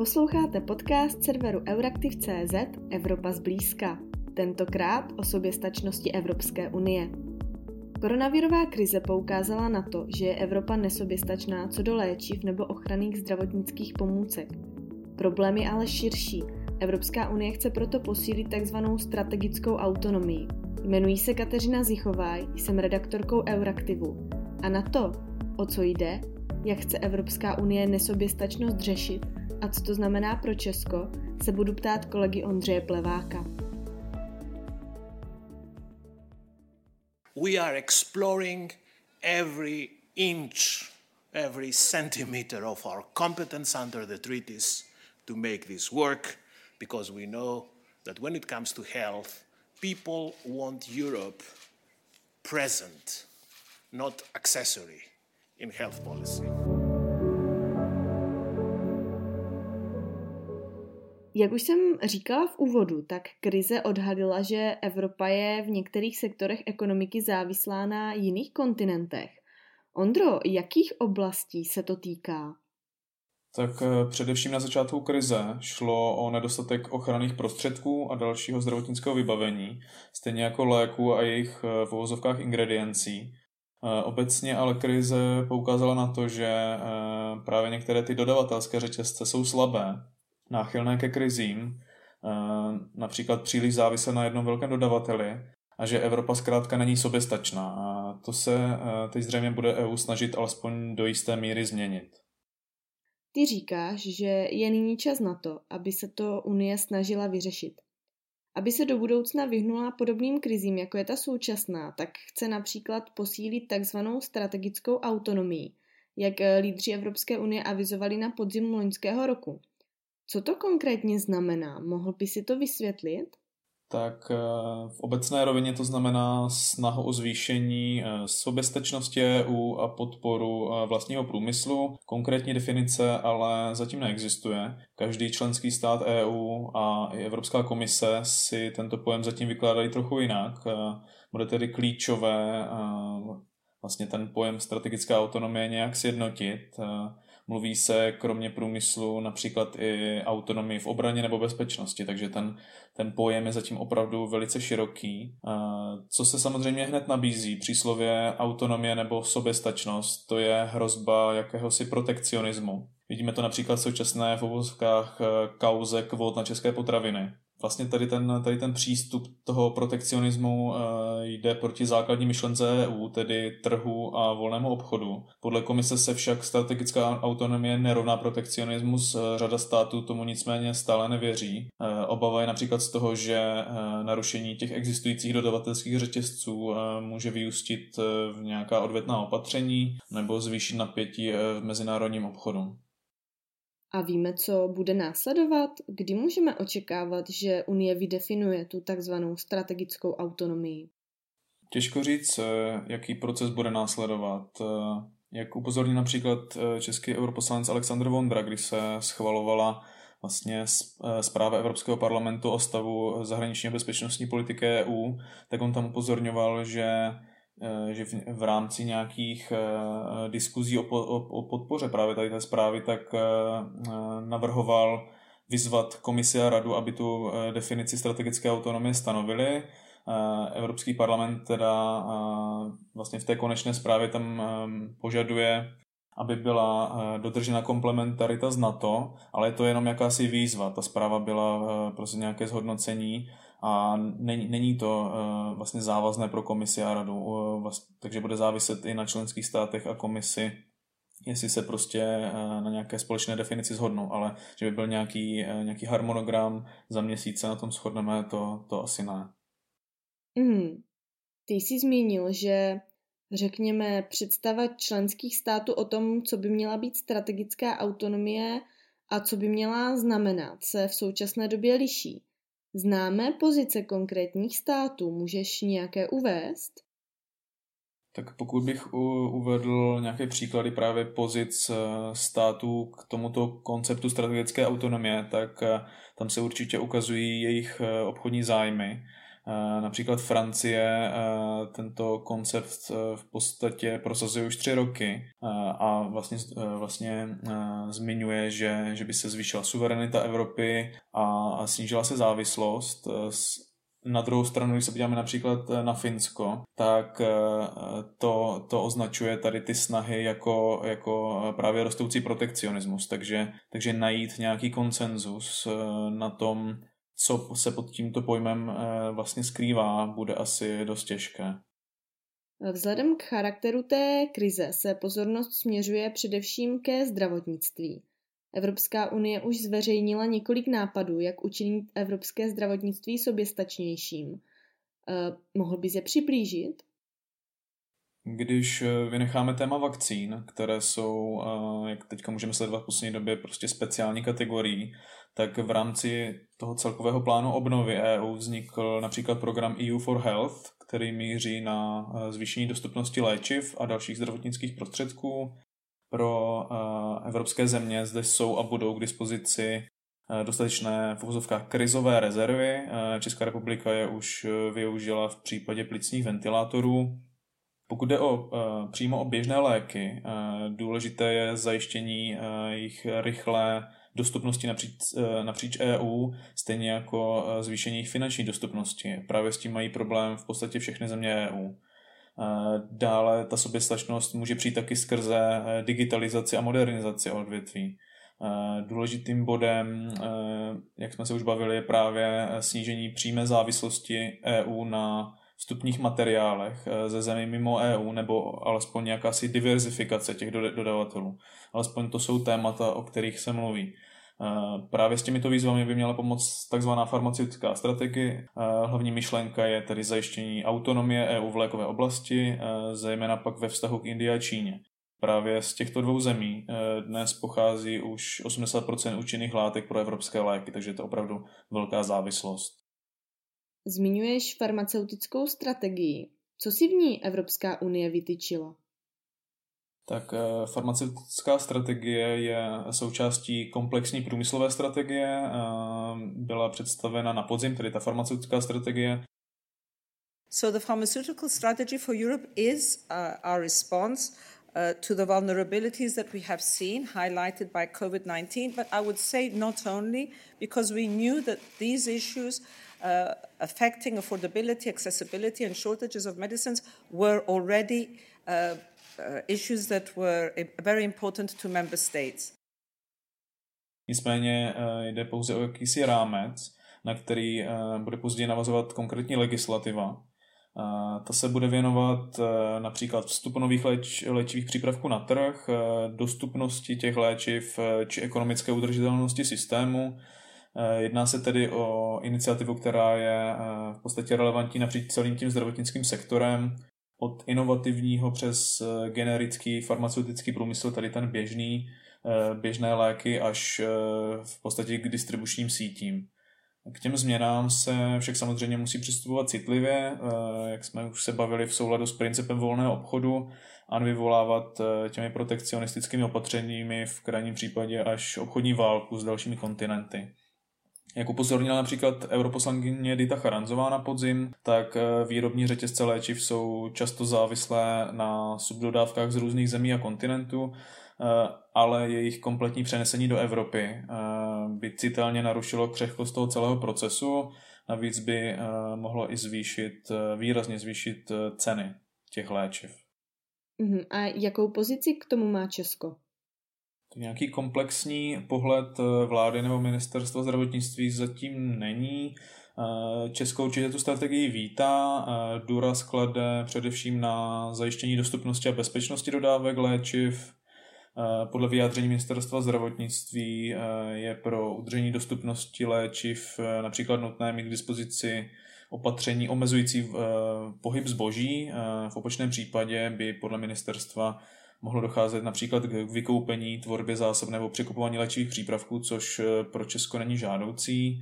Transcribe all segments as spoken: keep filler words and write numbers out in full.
Posloucháte podcast serveru Euraktiv tečka cé zet Evropa zblízka, tentokrát o soběstačnosti Evropské unie. Koronavirová krize poukázala na to, že je Evropa nesoběstačná co do léčiv nebo ochranných zdravotnických pomůcek. Problém je ale širší. Evropská unie chce proto posílit takzvanou strategickou autonomii. Jmenuji se Kateřina Zichová, jsem redaktorkou Euraktivu. A na to, o co jde, jak chce Evropská unie nesoběstačnost řešit a co to znamená pro Česko, se budu ptát kolegy Ondřeje Pleváka. We are exploring every inch, every centimeter of our competence under the treaties to make this work, because we know that when it comes to health, people want Europe present, not accessory in health policy. Jak už jsem říkala v úvodu, tak krize odhalila, že Evropa je v některých sektorech ekonomiky závislá na jiných kontinentech. Ondro, jakých oblastí se to týká? Tak především na začátku krize šlo o nedostatek ochranných prostředků a dalšího zdravotnického vybavení, stejně jako léků a jejich v uvozovkách ingrediencí. Obecně ale krize poukázala na to, že právě některé ty dodavatelské řetězce jsou slabé, náchylné ke krizím, například příliš závislé na jednom velkém dodavateli, a že Evropa zkrátka není soběstačná. A to se teď zřejmě bude E U snažit alespoň do jisté míry změnit. Ty říkáš, že je nyní čas na to, aby se to Unie snažila vyřešit. Aby se do budoucna vyhnula podobným krizím, jako je ta současná, tak chce například posílit takzvanou strategickou autonomii, jak lídři Evropské unie avizovali na podzim loňského roku. Co to konkrétně znamená? Mohl by si to vysvětlit? Tak v obecné rovině to znamená snahu o zvýšení soběstačnosti E U a podporu vlastního průmyslu. Konkrétní definice ale zatím neexistuje. Každý členský stát E U a i Evropská komise si tento pojem zatím vykládají trochu jinak. Bude tedy klíčové vlastně ten pojem strategická autonomie nějak sjednotit. Mluví se kromě průmyslu například i autonomii v obraně nebo bezpečnosti, takže ten, ten pojem je zatím opravdu velice široký. Co se samozřejmě hned nabízí příslově autonomie nebo soběstačnost, to je hrozba jakéhosi protekcionismu. Vidíme to například v současné v uvozovkách kauze kvót na české potraviny. Vlastně tady ten, tady ten přístup toho protekcionismu jde proti základní myšlence E U, tedy trhu a volnému obchodu. Podle komise se však strategická autonomie nerovná protekcionismus, řada států tomu nicméně stále nevěří. Obava je například z toho, že narušení těch existujících dodavatelských řetězců může vyústit v nějaká odvetná opatření nebo zvýšit napětí v mezinárodním obchodu. A víme, co bude následovat? Kdy můžeme očekávat, že Unie vydefinuje tu takzvanou strategickou autonomii? Těžko říct, jaký proces bude následovat. Jak upozornil například český europoslanec Alexandr Vondra, když se schvalovala vlastně zpráva Evropského parlamentu o stavu zahraniční a bezpečnostní politiky E U, tak on tam upozorňoval, že že v rámci nějakých diskuzí o, o, o podpoře právě tady té zprávy tak navrhoval vyzvat komisi a radu, aby tu definici strategické autonomie stanovili. Evropský parlament teda vlastně v té konečné zprávě tam požaduje, aby byla dodržena komplementarita z NATO, ale je to jenom jakási výzva. Ta zpráva byla prostě nějaké zhodnocení a není, není to vlastně závazné pro komisi a radu, takže bude záviset i na členských státech a komisi, jestli se prostě na nějaké společné definici shodnou, ale že by byl nějaký, nějaký harmonogram za měsíce na tom shodneme, to, to asi ne. Mm. Ty jsi zmínil, že řekněme představa členských států o tom, co by měla být strategická autonomie a co by měla znamenat, se v současné době liší. Známe pozice konkrétních států, můžeš nějaké uvést? Tak pokud bych uvedl nějaké příklady právě pozic států k tomuto konceptu strategické autonomie, tak tam se určitě ukazují jejich obchodní zájmy. Například Francie tento koncept v podstatě prosazuje už tři roky a vlastně, vlastně zmiňuje, že, že by se zvýšila suverenita Evropy a snížila se závislost. Na druhou stranu, když se podíváme například na Finsko, tak to, to označuje tady ty snahy jako, jako právě rostoucí protekcionismus. Takže, takže najít nějaký konsenzus na tom, co se pod tímto pojmem vlastně skrývá, bude asi dost těžké. Vzhledem k charakteru té krize se pozornost směřuje především ke zdravotnictví. Evropská unie už zveřejnila několik nápadů, jak učinit evropské zdravotnictví soběstačnějším. Eh, mohl bys je přiblížit? Když vynecháme téma vakcín, které jsou, jak teďka můžeme sledovat v poslední době, prostě speciální kategorií, tak v rámci toho celkového plánu obnovy E U vznikl například program E U for Health, který míří na zvýšení dostupnosti léčiv a dalších zdravotnických prostředků. Pro evropské země zde jsou a budou k dispozici dostatečné v uvozovkách krizové rezervy. Česká republika je už využila v případě plicních ventilátorů. Pokud jde o, přímo o běžné léky, důležité je zajištění jejich rychlé dostupnosti napříč, napříč E U, stejně jako zvýšení jejich finanční dostupnosti. Právě s tím mají problém v podstatě všechny země E U. Dále ta soběstačnost může přijít taky skrze digitalizaci a modernizaci odvětví. Důležitým bodem, jak jsme se už bavili, je právě snížení přímé závislosti E U na vstupních materiálech ze zemí mimo E U, nebo alespoň jakási diverzifikace těch dodavatelů. Alespoň to jsou témata, o kterých se mluví. Právě s těmito výzvami by měla pomoct takzvaná farmaceutická strategie. Hlavní myšlenka je tedy zajištění autonomie E U v lékové oblasti, zejména pak ve vztahu k Indii a Číně. Právě z těchto dvou zemí dnes pochází už osmdesát procent účinných látek pro evropské léky, takže je to opravdu velká závislost. Zmiňuješ farmaceutickou strategii. Co si v ní Evropská unie vytyčila? Tak farmaceutická strategie je součástí komplexní průmyslové strategie. Byla představena na podzim, tedy ta farmaceutická strategie. So the pharmaceutical strategy for Europe is uh, our response uh, to the vulnerabilities that we have seen highlighted by COVID nineteen, but I would say not only, because we knew that these issues uh, affecting affordability, accessibility and shortages of medicines were already uh, uh, issues that were very important to member states. Nicméně jde pouze o jakýsi rámec, na který bude později navazovat konkrétní legislativa. Ta se bude věnovat například vstupu nových léč, léčivých přípravků na trh, dostupnosti těch léčiv či ekonomické udržitelnosti systému. Jedná se tedy o iniciativu, která je v podstatě relevantní napříč celým tím zdravotnickým sektorem, od inovativního přes generický farmaceutický průmysl, tady ten běžný, běžné léky, až v podstatě k distribučním sítím. K těm změnám se však samozřejmě musí přistupovat citlivě, jak jsme už se bavili, v souladu s principem volného obchodu a nevyvolávat těmi protekcionistickými opatřeními v krajním případě až obchodní válku s dalšími kontinenty. Jak upozornila například europoslankyně Dita Charanzová na podzim, tak výrobní řetězce léčiv jsou často závislé na subdodávkách z různých zemí a kontinentů, ale jejich kompletní přenesení do Evropy by citelně narušilo křehkost toho celého procesu, navíc by mohlo i zvýšit, výrazně zvýšit ceny těch léčiv. A jakou pozici k tomu má Česko? Nějaký komplexní pohled vlády nebo ministerstva zdravotnictví zatím není. Česko určitě tu strategii vítá, důraz klade především na zajištění dostupnosti a bezpečnosti dodávek léčiv. Podle vyjádření ministerstva zdravotnictví je pro udržení dostupnosti léčiv například nutné mít k dispozici opatření omezující pohyb zboží. V opačném případě by podle ministerstva mohlo docházet například k vykoupení, tvorbě zásob nebo překupování léčivých přípravků, což pro Česko není žádoucí.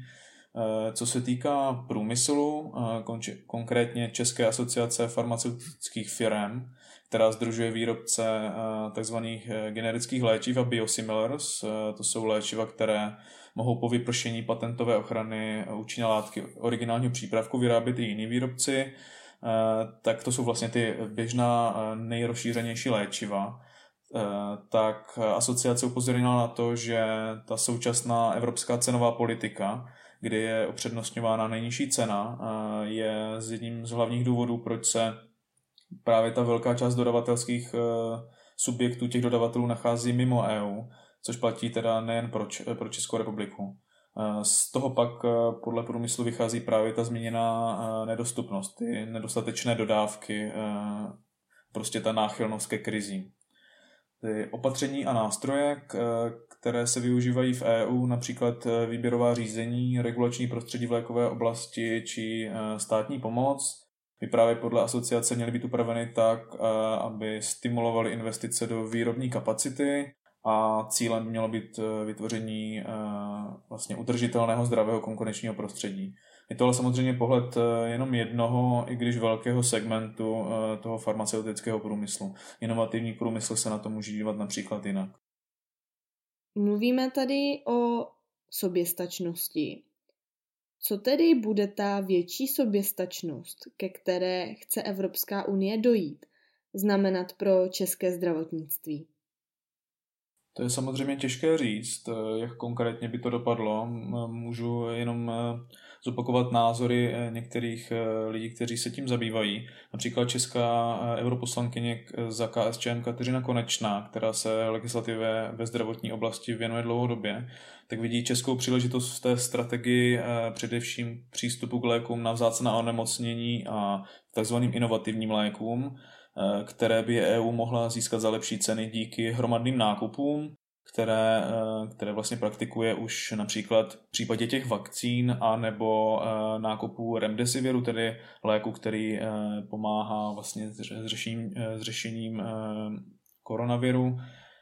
Co se týká průmyslu, konkrétně České asociace farmaceutických firem, která sdružuje výrobce tzv. Generických léčiv a biosimilars, to jsou léčiva, které mohou po vypršení patentové ochrany účinné látky originálního přípravku vyrábět i jiní výrobci, tak to jsou vlastně ty běžná nejrozšířenější léčiva. Tak asociace upozornila na to, že ta současná evropská cenová politika, kdy je upřednostňována nejnižší cena, je z jedním z hlavních důvodů, proč se právě ta velká část dodavatelských subjektů těch dodavatelů nachází mimo E U, což platí teda nejen pro, pro Českou republiku. Z toho pak podle průmyslu vychází právě ta zmíněná nedostupnost, ty nedostatečné dodávky, prostě ta náchylnost ke krizím. Ty opatření a nástroje, které se využívají v E U, například výběrová řízení, regulační prostředí v lékové oblasti či státní pomoc, by právě podle asociace měly být upraveny tak, aby stimulovaly investice do výrobní kapacity a cílem by mělo být vytvoření vlastně udržitelného zdravého konkurenčního prostředí. Je to ale samozřejmě pohled jenom jednoho, i když velkého segmentu toho farmaceutického průmyslu. Inovativní průmysl se na to může dívat například jinak. Mluvíme tady o soběstačnosti. Co tedy bude ta větší soběstačnost, ke které chce Evropská unie dojít, znamenat pro české zdravotnictví? To je samozřejmě těžké říct, jak konkrétně by to dopadlo. Můžu jenom zopakovat názory některých lidí, kteří se tím zabývají. Například česká europoslankyně za K S Č M Kateřina Konečná, která se legislativě ve zdravotní oblasti věnuje dlouhodobě, tak vidí českou příležitost v té strategii především přístupu k lékům na vzácná onemocnění a takzvaným inovativním lékům, které by E U mohla získat za lepší ceny díky hromadným nákupům, které, které vlastně praktikuje už například v případě těch vakcín a nebo nákupů remdesiviru, tedy léku, který pomáhá vlastně s řešením, s řešením koronaviru.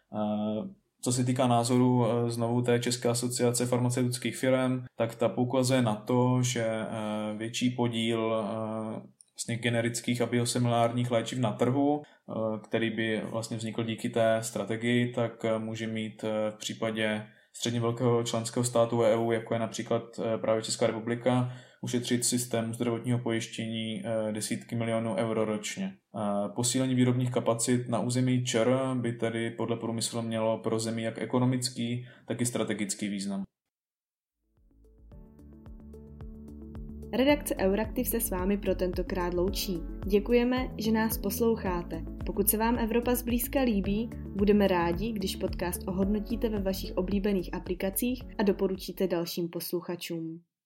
Co se týká názoru znovu té České asociace farmaceutických firem, tak ta poukazuje na to, že větší podíl vlastně generických a biosimilárních léčiv na trhu, který by vlastně vznikl díky té strategii, tak může mít v případě středně velkého členského státu E U, jako je například právě Česká republika, ušetřit systém zdravotního pojištění desítky milionů euro ročně. Posílení výrobních kapacit na území Č R by tedy podle průmyslu mělo pro zemi jak ekonomický, tak i strategický význam. Redakce Euraktiv se s vámi pro tentokrát loučí. Děkujeme, že nás posloucháte. Pokud se vám Evropa zblízka líbí, budeme rádi, když podcast ohodnotíte ve vašich oblíbených aplikacích a doporučíte dalším posluchačům.